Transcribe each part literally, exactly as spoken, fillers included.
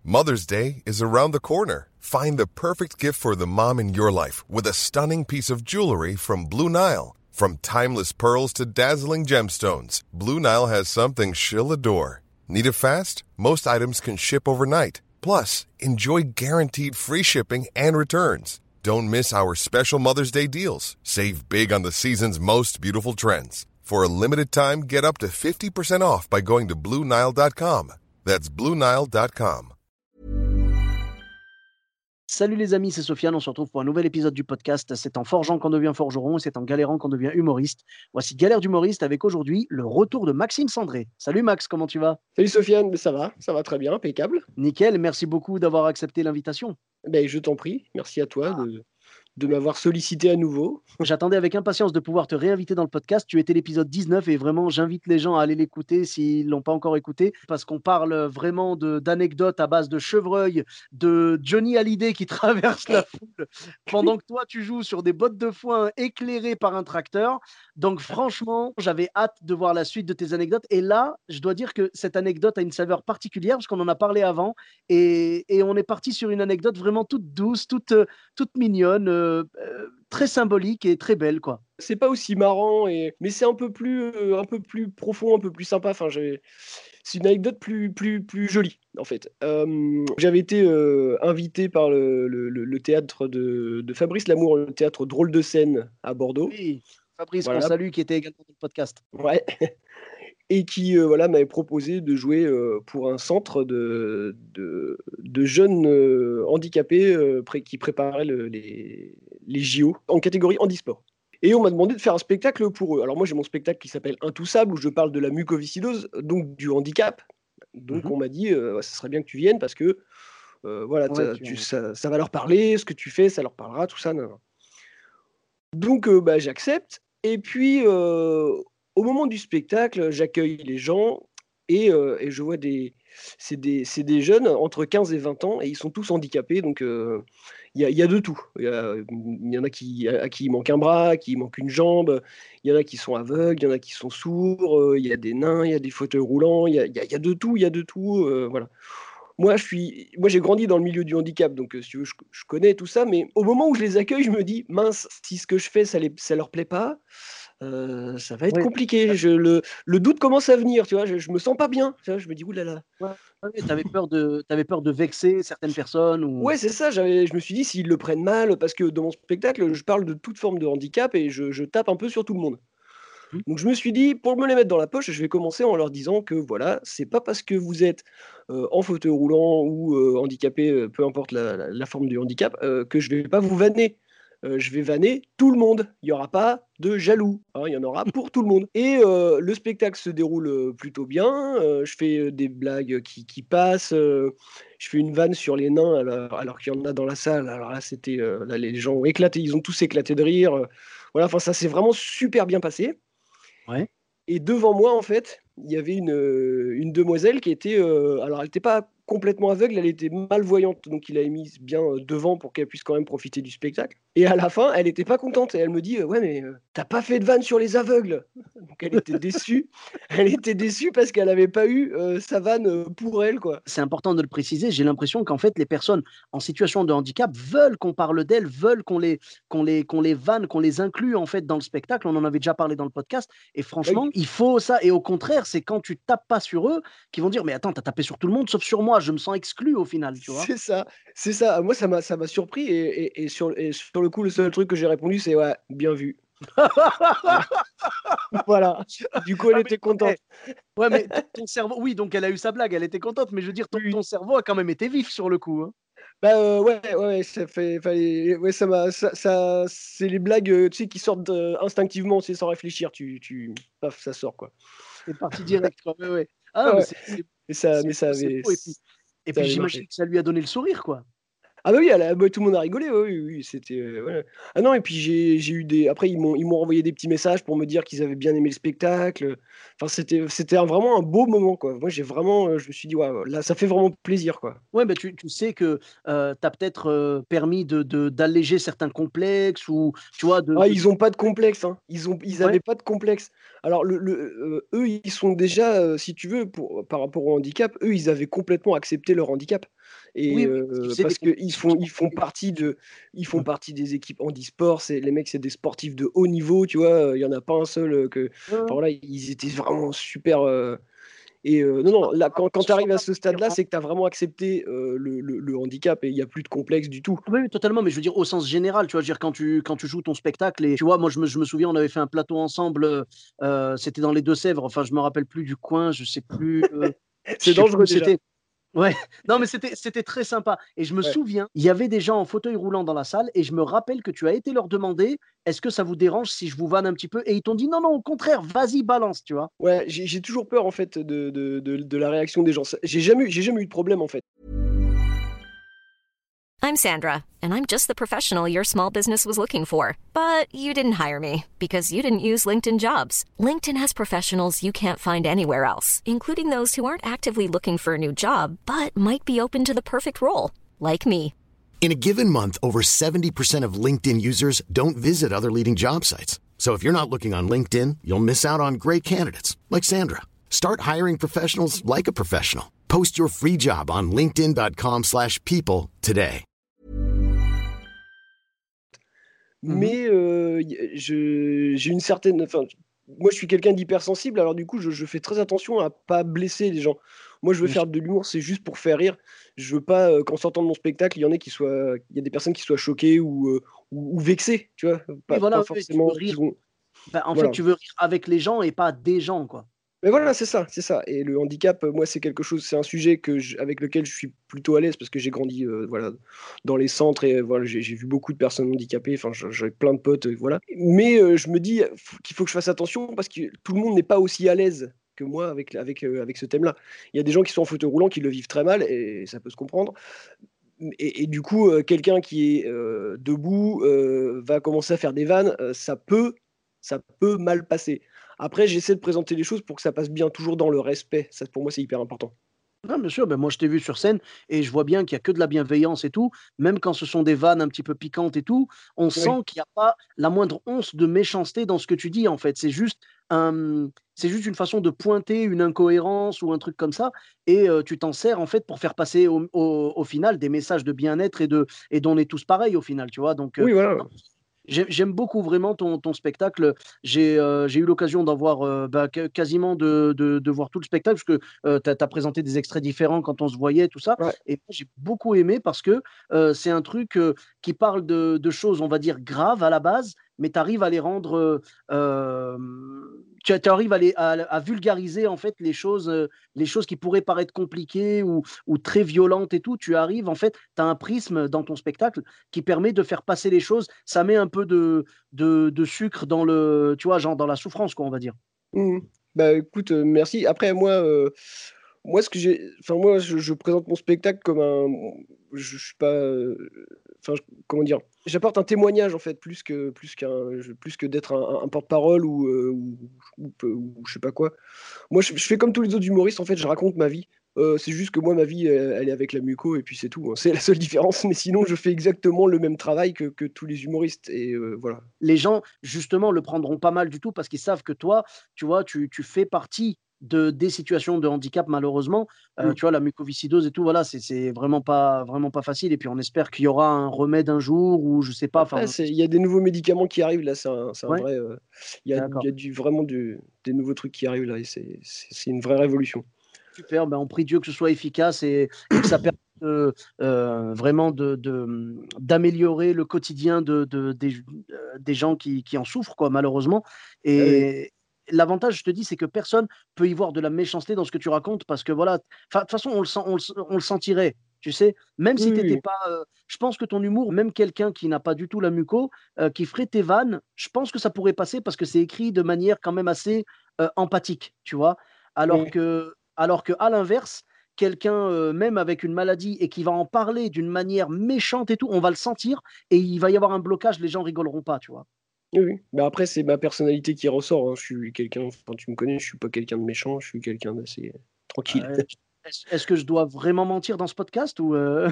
Mother's Day is around the corner. Find the perfect gift for the mom in your life with a stunning piece of jewelry from Blue Nile. From timeless pearls to dazzling gemstones, Blue Nile has something she'll adore. Need it fast? Most items can ship overnight. Plus, enjoy guaranteed free shipping and returns. Don't miss our special Mother's Day deals. Save big on the season's most beautiful trends. For a limited time, get up to fifty percent off by going to Blue Nile dot com. That's Blue Nile dot com. Salut les amis, c'est Sofiane, on se retrouve pour un nouvel épisode du podcast. C'est en forgeant qu'on devient forgeron, c'est en galérant qu'on devient humoriste. Voici Galère d'humoriste avec aujourd'hui le retour de Maxime Cendré. Salut Max, comment tu vas? Salut Sofiane, ça va, ça va très bien, impeccable. Nickel, merci beaucoup d'avoir accepté l'invitation. Ben, je t'en prie, merci à toi ah. de, de m'avoir sollicité à nouveau. J'attendais avec impatience de pouvoir te réinviter dans le podcast. Tu étais l'épisode dix-neuf et vraiment j'invite les gens à aller l'écouter s'ils ne l'ont pas encore écouté parce qu'on parle vraiment de, d'anecdotes à base de chevreuil, de Johnny Hallyday qui traverse la foule pendant que toi tu joues sur des bottes de foin éclairées par un tracteur. Donc franchement, j'avais hâte de voir la suite de tes anecdotes et là, je dois dire que cette anecdote a une saveur particulière parce qu'on en a parlé avant et, et on est parti sur une anecdote vraiment toute douce, toute, toute mignonne, euh, euh, très symbolique et très belle, quoi. C'est pas aussi marrant, et... mais c'est un peu plus, euh, un peu plus profond, un peu plus sympa. Enfin, j'ai... c'est une anecdote plus, plus, plus jolie, en fait. Euh, j'avais été euh, invité par le, le, le théâtre de, de Fabrice Lamour, le théâtre Drôle de Scène à Bordeaux. Oui, Fabrice, voilà. Qu'on salue, qui était également dans le podcast. Ouais. Et qui euh, voilà, m'avait proposé de jouer euh, pour un centre de, de, de jeunes euh, handicapés euh, pré- qui préparaient le, les, les J O en catégorie handisport. Et on m'a demandé de faire un spectacle pour eux. Alors moi, j'ai mon spectacle qui s'appelle Intoussable, où je parle de la mucoviscidose, donc du handicap. Donc mm-hmm. on m'a dit, euh, ça serait bien que tu viennes parce que euh, voilà, ouais, tu... Tu, ça, ça va leur parler, ce que tu fais, ça leur parlera, tout ça. Non, non. Donc euh, bah, j'accepte. Et puis... Euh, Au moment du spectacle, j'accueille les gens et, euh, et je vois des c'est, des... c'est des jeunes entre quinze et vingt ans et ils sont tous handicapés. Donc, il euh, y, a, y a de tout. Il y, y en a qui, à qui il manque un bras, à qui il manque une jambe. Il y en a qui sont aveugles, il y en a qui sont sourds. Il y a des nains, il y a des fauteuils roulants. Il y a, y, a, y a de tout, il y a de tout. Euh, voilà. Moi, je suis, moi, j'ai grandi dans le milieu du handicap, donc si tu veux, je, je connais tout ça. Mais au moment où je les accueille, je me dis, mince, si ce que je fais, ça les, ça leur plaît pas. Euh, ça va être oui. compliqué. Je, le, le doute commence à venir, tu vois. Je, je me sens pas bien. Tu vois, je me dis oulala. Ouais, ouais, t'avais peur de, t'avais peur de vexer certaines personnes ou... Ouais, c'est ça. J'avais, je me suis dit s'ils le prennent mal, parce que dans mon spectacle, je parle de toute forme de handicap et je, je tape un peu sur tout le monde. Mmh. Donc je me suis dit, pour me les mettre dans la poche, je vais commencer en leur disant que voilà, c'est pas parce que vous êtes euh, en fauteuil roulant ou euh, handicapé, euh, peu importe la, la, la forme du handicap, euh, que je vais pas vous vanner. Euh, je vais vanner tout le monde. Il n'y aura pas de jaloux. Hein, il y en aura pour tout le monde. Et euh, le spectacle se déroule plutôt bien. Euh, je fais des blagues qui, qui passent. Euh, je fais une vanne sur les nains alors, alors qu'il y en a dans la salle. Alors là, c'était, euh, là, les gens ont éclaté. Ils ont tous éclaté de rire. Voilà, enfin, ça s'est vraiment super bien passé. Ouais. Et devant moi, en fait, il y avait une, une demoiselle qui était... Euh, alors, elle n'était pas complètement aveugle, elle était malvoyante, donc il l'a mise bien devant pour qu'elle puisse quand même profiter du spectacle. Et à la fin, elle n'était pas contente, et elle me dit euh, « Ouais, mais euh, t'as pas fait de vanne sur les aveugles !» Donc elle était déçue. Elle était déçue parce qu'elle n'avait pas eu euh, sa vanne pour elle, quoi. C'est important de le préciser, j'ai l'impression qu'en fait, les personnes en situation de handicap veulent qu'on parle d'elles, veulent qu'on les, qu'on les, qu'on les vanne, qu'on les inclue en fait dans le spectacle. On en avait déjà parlé dans le podcast, et franchement, oui. il faut ça. Et au contraire, c'est quand tu tapes pas sur eux qu'ils vont dire « Mais attends, t'as tapé sur tout le monde, sauf sur moi. » Je me sens exclu au final, tu vois. C'est ça, c'est ça. Moi, ça m'a, ça m'a surpris et, et, et, sur, et sur le coup, le seul truc que j'ai répondu, c'est ouais, bien vu. Voilà. Du coup, elle ah, était contente. Ouais, mais ton cerveau, oui, donc elle a eu sa blague, elle était contente, mais je veux dire, ton, ton cerveau a quand même été vif sur le coup. Hein. Bah euh, ouais, ouais, ça fait, fallait, ouais, ça m'a, ça, ça, c'est les blagues, tu sais, qui sortent euh, instinctivement, tu sais, sans réfléchir, tu, tu, paf, ça sort quoi. C'est parti direct, quoi. Ouais, ouais. Ah, ouais. Mais c'est, c'est, mais ça, c'est, mais ça c'est avait. beau, et puis, et puis j'imagine que ça lui a donné le sourire, quoi. Ah bah oui, elle a, bah, tout le monde a rigolé, oui, oui, oui c'était... Euh, ouais. Ah non, et puis j'ai, j'ai eu des... Après, ils m'ont, ils m'ont envoyé des petits messages pour me dire qu'ils avaient bien aimé le spectacle. Enfin, c'était, c'était un, vraiment un beau moment, quoi. Moi, j'ai vraiment... Je me suis dit, ouais, là, ça fait vraiment plaisir, quoi. Ouais, bah tu, tu sais que euh, tu as peut-être euh, permis de, de, d'alléger certains complexes ou, tu vois... De, ah, de... ils n'ont pas de complexe, hein. Ils ont, ils n'avaient ouais. pas de complexe. Alors, le, le, euh, eux, ils sont déjà, euh, si tu veux, pour, par rapport au handicap, eux, ils avaient complètement accepté leur handicap. Et Oui, oui, euh, parce qu'ils faisaient des parce qu'ils font, compétitions ils font sportives. partie de, ils font Ouais. partie des équipes handisport. C'est les mecs, c'est des sportifs de haut niveau, tu vois. Il y en a pas un seul euh, que. Ouais, Enfin ouais. voilà, ils étaient vraiment super. euh, Et euh, non, non, là, quand, quand tu Ce sont arrives à pas ce des stade-là, différents. c'est que tu as vraiment accepté euh, le, le- le handicap et il n'y a plus de complexe du tout. Oui, oui, totalement, mais je veux dire au sens général, tu vois, je veux dire quand tu quand tu joues ton spectacle et tu vois, moi je me je me souviens, on avait fait un plateau ensemble, heu heu, c'était dans les Deux-Sèvres, enfin je me rappelle plus du coin, je sais plus, heu, je C'est sais plus où dangereux déjà. c'était. Ouais, non, mais c'était c'était très sympa et je me Ouais. souviens, il y avait des gens en fauteuil roulant dans la salle et je me rappelle que tu as été leur demander: «Est-ce que ça vous dérange si je vous vanne un petit peu?» et ils t'ont dit: «Non, non, au contraire, vas-y, balance», tu vois? Ouais, j'ai j'ai toujours peur en fait de, de, de, de la réaction des gens. Ça- J'ai jamais, eu- j'ai jamais eu de problème en fait. I'm Sandra, and I'm just the professional your small business was looking for. But you didn't hire me because you didn't use LinkedIn Jobs. LinkedIn has professionals you can't find anywhere else, including those who aren't actively looking for a new job, but might be open to the perfect role, like me. In a given month, over seventy percent of LinkedIn users don't visit other leading job sites. So if you're not looking on LinkedIn, you'll miss out on great candidates like Sandra. Start hiring professionals like a professional. Post your free job on linkedin dot com slash people today. Mmh. Mais euh, y- je, j'ai une certaine. Enfin, moi, je suis quelqu'un d'hypersensible, alors du coup, je, je fais très attention à pas blesser les gens. Moi, je veux Bien sûr. faire de l'humour, c'est juste pour faire rire. Je veux pas euh, qu'en sortant de mon spectacle, il y en ait qui soient, il y a des personnes qui soient choquées ou, euh, ou, ou vexées, tu vois, Oui, pas, voilà, pas oui, oui, tu veux forcément qui rire, vont. bah, en fait, Voilà. tu veux rire avec les gens et pas des gens, quoi. Mais voilà, c'est ça, c'est ça. Et le handicap, euh, moi, c'est quelque chose, c'est un sujet que je- avec lequel je suis plutôt à l'aise parce que j'ai grandi, euh, voilà, dans les centres et euh, voilà, j'ai j'ai vu beaucoup de personnes handicapées. Enfin, je- j'ai plein de potes, euh, voilà. Mais euh, je me dis f- qu'il faut que je fasse attention parce que tout le monde n'est pas aussi à l'aise que moi avec avec euh, avec ce thème-là. Il y a des gens qui sont en fauteuil roulant qui le vivent très mal et ça peut se comprendre. Et, et du coup, euh, quelqu'un qui est euh, debout euh, va commencer à faire des vannes, euh, ça peut, ça peut mal passer. Après, j'essaie de présenter les choses pour que ça passe bien, toujours dans le respect. Ça, pour moi, c'est hyper important. Non, bien sûr, ben moi je t'ai vu sur scène et je vois bien qu'il y a que de la bienveillance et tout, même quand ce sont des vannes un petit peu piquantes et tout, on Oui, sent qu'il y a pas la moindre once de méchanceté dans ce que tu dis en fait. C'est juste un c'est juste une façon de pointer une incohérence ou un truc comme ça et heu, tu t'en sers en fait pour faire passer au au au final des messages de bien-être et de et d'on est tous pareils au final, tu vois? Donc heu, oui, voilà. non, J'ai j'aime beaucoup vraiment ton ton spectacle. J'ai, heu, j'ai eu l'occasion d'en voir, heu, bah, qua quasiment de de de voir tout le spectacle parce que, heu, tu as présenté des extraits différents quand on se voyait tout ça Ouais. et moi j'ai beaucoup aimé parce que, heu, c'est un truc, heu, qui parle de de choses, on va dire, graves à la base, mais tu arrives à les rendre, heu, hem, tu tu arrives à les à à vulgariser en fait les choses, heu, les choses qui pourraient paraître compliquées ou ou très violentes et tout. Tu arrives en fait, tu as un prisme dans ton spectacle qui permet de faire passer les choses. Ça met un peu de, de, de sucre dans le, tu vois, genre dans la souffrance, quoi, on va dire. Mmh. Bah, écoute, heu, merci. Après moi, heu, moi ce que j'ai enfin moi je je présente mon spectacle comme un je je suis pas, heu, enfin je comment dire? J'apporte un témoignage en fait plus que plus qu'un je plus que d'être un un un porte-parole ou, heu, ou ou peu ou je sais pas quoi. Moi je je fais comme tous les autres humoristes en fait, je raconte ma vie. Heu, c'est juste que moi ma vie, elle elle est avec la muco et puis c'est tout, hein. C'est la seule différence, mais sinon je fais exactement le même travail que que tous les humoristes et heu, voilà. Les gens, justement, le prendront pas mal du tout parce qu'ils savent que toi, tu vois, tu, tu fais partie de, des situations de handicap, malheureusement. Euh, Mmh. tu vois, la mucoviscidose et tout, voilà, c'est c'est vraiment pas, vraiment pas facile. Et puis, on espère qu'il y aura un remède un jour ou je sais pas. Enfin, Ouais, on c'est il y espère. a des nouveaux médicaments qui arrivent là, c'est un c'est un Ouais, vrai, heu, il y a il d'accord. y a du vraiment du des nouveaux trucs qui arrivent là et c'est c'est c'est une vraie révolution. Super, ben, on prie Dieu que ce soit efficace et, et que ça permette de, euh, vraiment de, de- d'améliorer le quotidien de, de- des, euh, des gens qui, qui en souffrent, quoi, malheureusement. Ah oui, Et l'avantage, je te dis, c'est que personne peut y voir de la méchanceté dans ce que tu racontes parce que, voilà, 'fin, de toute façon, on le, sent, on, le, on le sentirait, tu sais, même oui, si tu oui, n'étais oui. pas. Euh, je pense que ton humour, même quelqu'un qui n'a pas du tout la muco, euh, qui ferait tes vannes, je pense que ça pourrait passer parce que c'est écrit de manière quand même assez euh, empathique, tu vois. Alors Oui. que alors que à l'inverse, quelqu'un, euh, même avec une maladie et qui va en parler d'une manière méchante et tout, on va le sentir et il va y avoir un blocage, les gens rigoleront pas, tu vois. Oui, oui. Bah, après c'est ma personnalité qui ressort, hein. Je suis quelqu'un enfin tu me connais, je suis pas quelqu'un de méchant, je suis quelqu'un d'assez tranquille. Euh, est-ce, est-ce que je dois vraiment mentir dans ce podcast ou euh,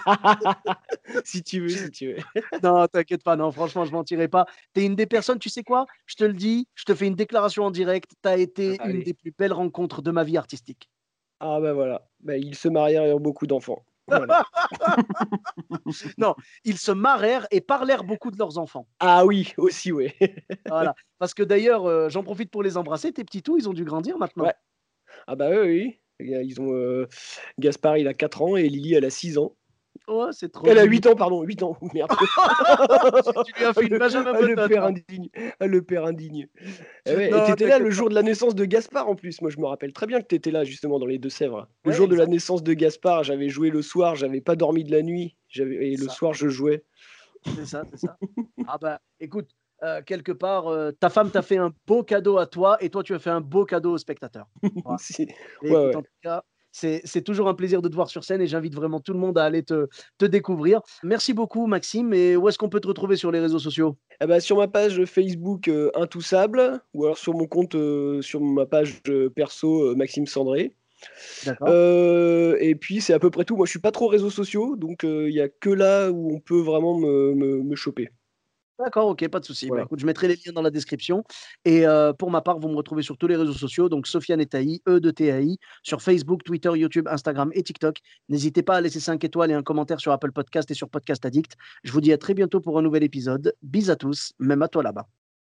Si tu veux, si tu veux. non, t'inquiète pas, non, franchement, je mentirai pas. Tu es une des personnes, tu sais quoi? Je te le dis, je te fais une déclaration en direct. Tu as été une Allez. des plus belles rencontres de ma vie artistique. Ah bah voilà, bah, ils se marièrent et ont beaucoup d'enfants. Voilà. Non, ils se marrèrent et parlèrent beaucoup de leurs enfants. Ah oui, aussi, oui. Voilà. Parce que d'ailleurs, euh, j'en profite pour les embrasser. Tes petits tout, ils ont dû grandir maintenant. Ouais. Ah bah oui, oui. Ils ont, euh, Gaspard, il a quatre ans et Lily, elle a six ans. Oh, c'est trop. Elle a mignon. huit ans, pardon, huit ans. Merde. Tu lui as fait une Benjamin Ah, le Button. père indigne. Ah, le père indigne. Eh ouais, Non, et t'étais là t'inquiète le pas. jour de la naissance de Gaspard en plus. Moi, je me rappelle très bien que t'étais là justement dans les Deux-Sèvres. Le Ouais, jour de la exact. naissance de Gaspard, j'avais joué le soir, j'avais pas dormi de la nuit. J'avais... Et le Ça. soir, je jouais. C'est ça, c'est ça. Ah bah, écoute, euh, quelque part, euh, ta femme t'a fait un beau cadeau à toi et toi, tu as fait un beau cadeau aux spectateurs. Voilà. Si. Et Ouais, écoute, ouais. en tout cas, c'est, c'est toujours un plaisir de te voir sur scène et j'invite vraiment tout le monde à aller te, te découvrir. Merci beaucoup, Maxime. Et où est-ce qu'on peut te retrouver sur les réseaux sociaux? Eh ben, sur ma page Facebook euh, Intoussable, ou alors sur mon compte, euh, sur ma page euh, perso euh, Maxime Cendré. D'accord. Euh, et puis c'est à peu près tout. Moi, je suis pas trop réseaux sociaux, donc il n'y a que là où on peut vraiment me, me, me choper. D'accord, ok, pas de souci. Bah, Voilà. écoute, je mettrai les liens dans la description. Et euh, pour ma part, vous me retrouvez sur tous les réseaux sociaux, donc Sofiane Etaï, E de T A I, sur Facebook, Twitter, YouTube, Instagram et TikTok. N'hésitez pas à laisser cinq étoiles et un commentaire sur Apple Podcast et sur Podcast Addict. Je vous dis à très bientôt pour un nouvel épisode. Bis à tous, même à toi là-bas.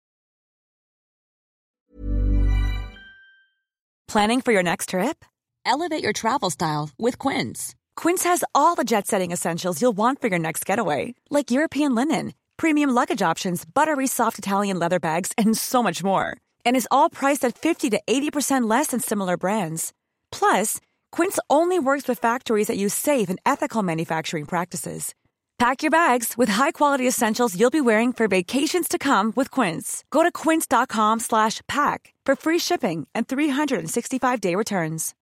Planning for your next trip? Elevate your travel style with Quince. Quince has all the jet-setting essentials you'll want for your next getaway, like European linen, premium luggage options, buttery soft Italian leather bags, and so much more. And is all priced at fifty to eighty percent less than similar brands. Plus, Quince only works with factories that use safe and ethical manufacturing practices. Pack your bags with high-quality essentials you'll be wearing for vacations to come with Quince. Go to quince.com slash pack for free shipping and three sixty-five day returns.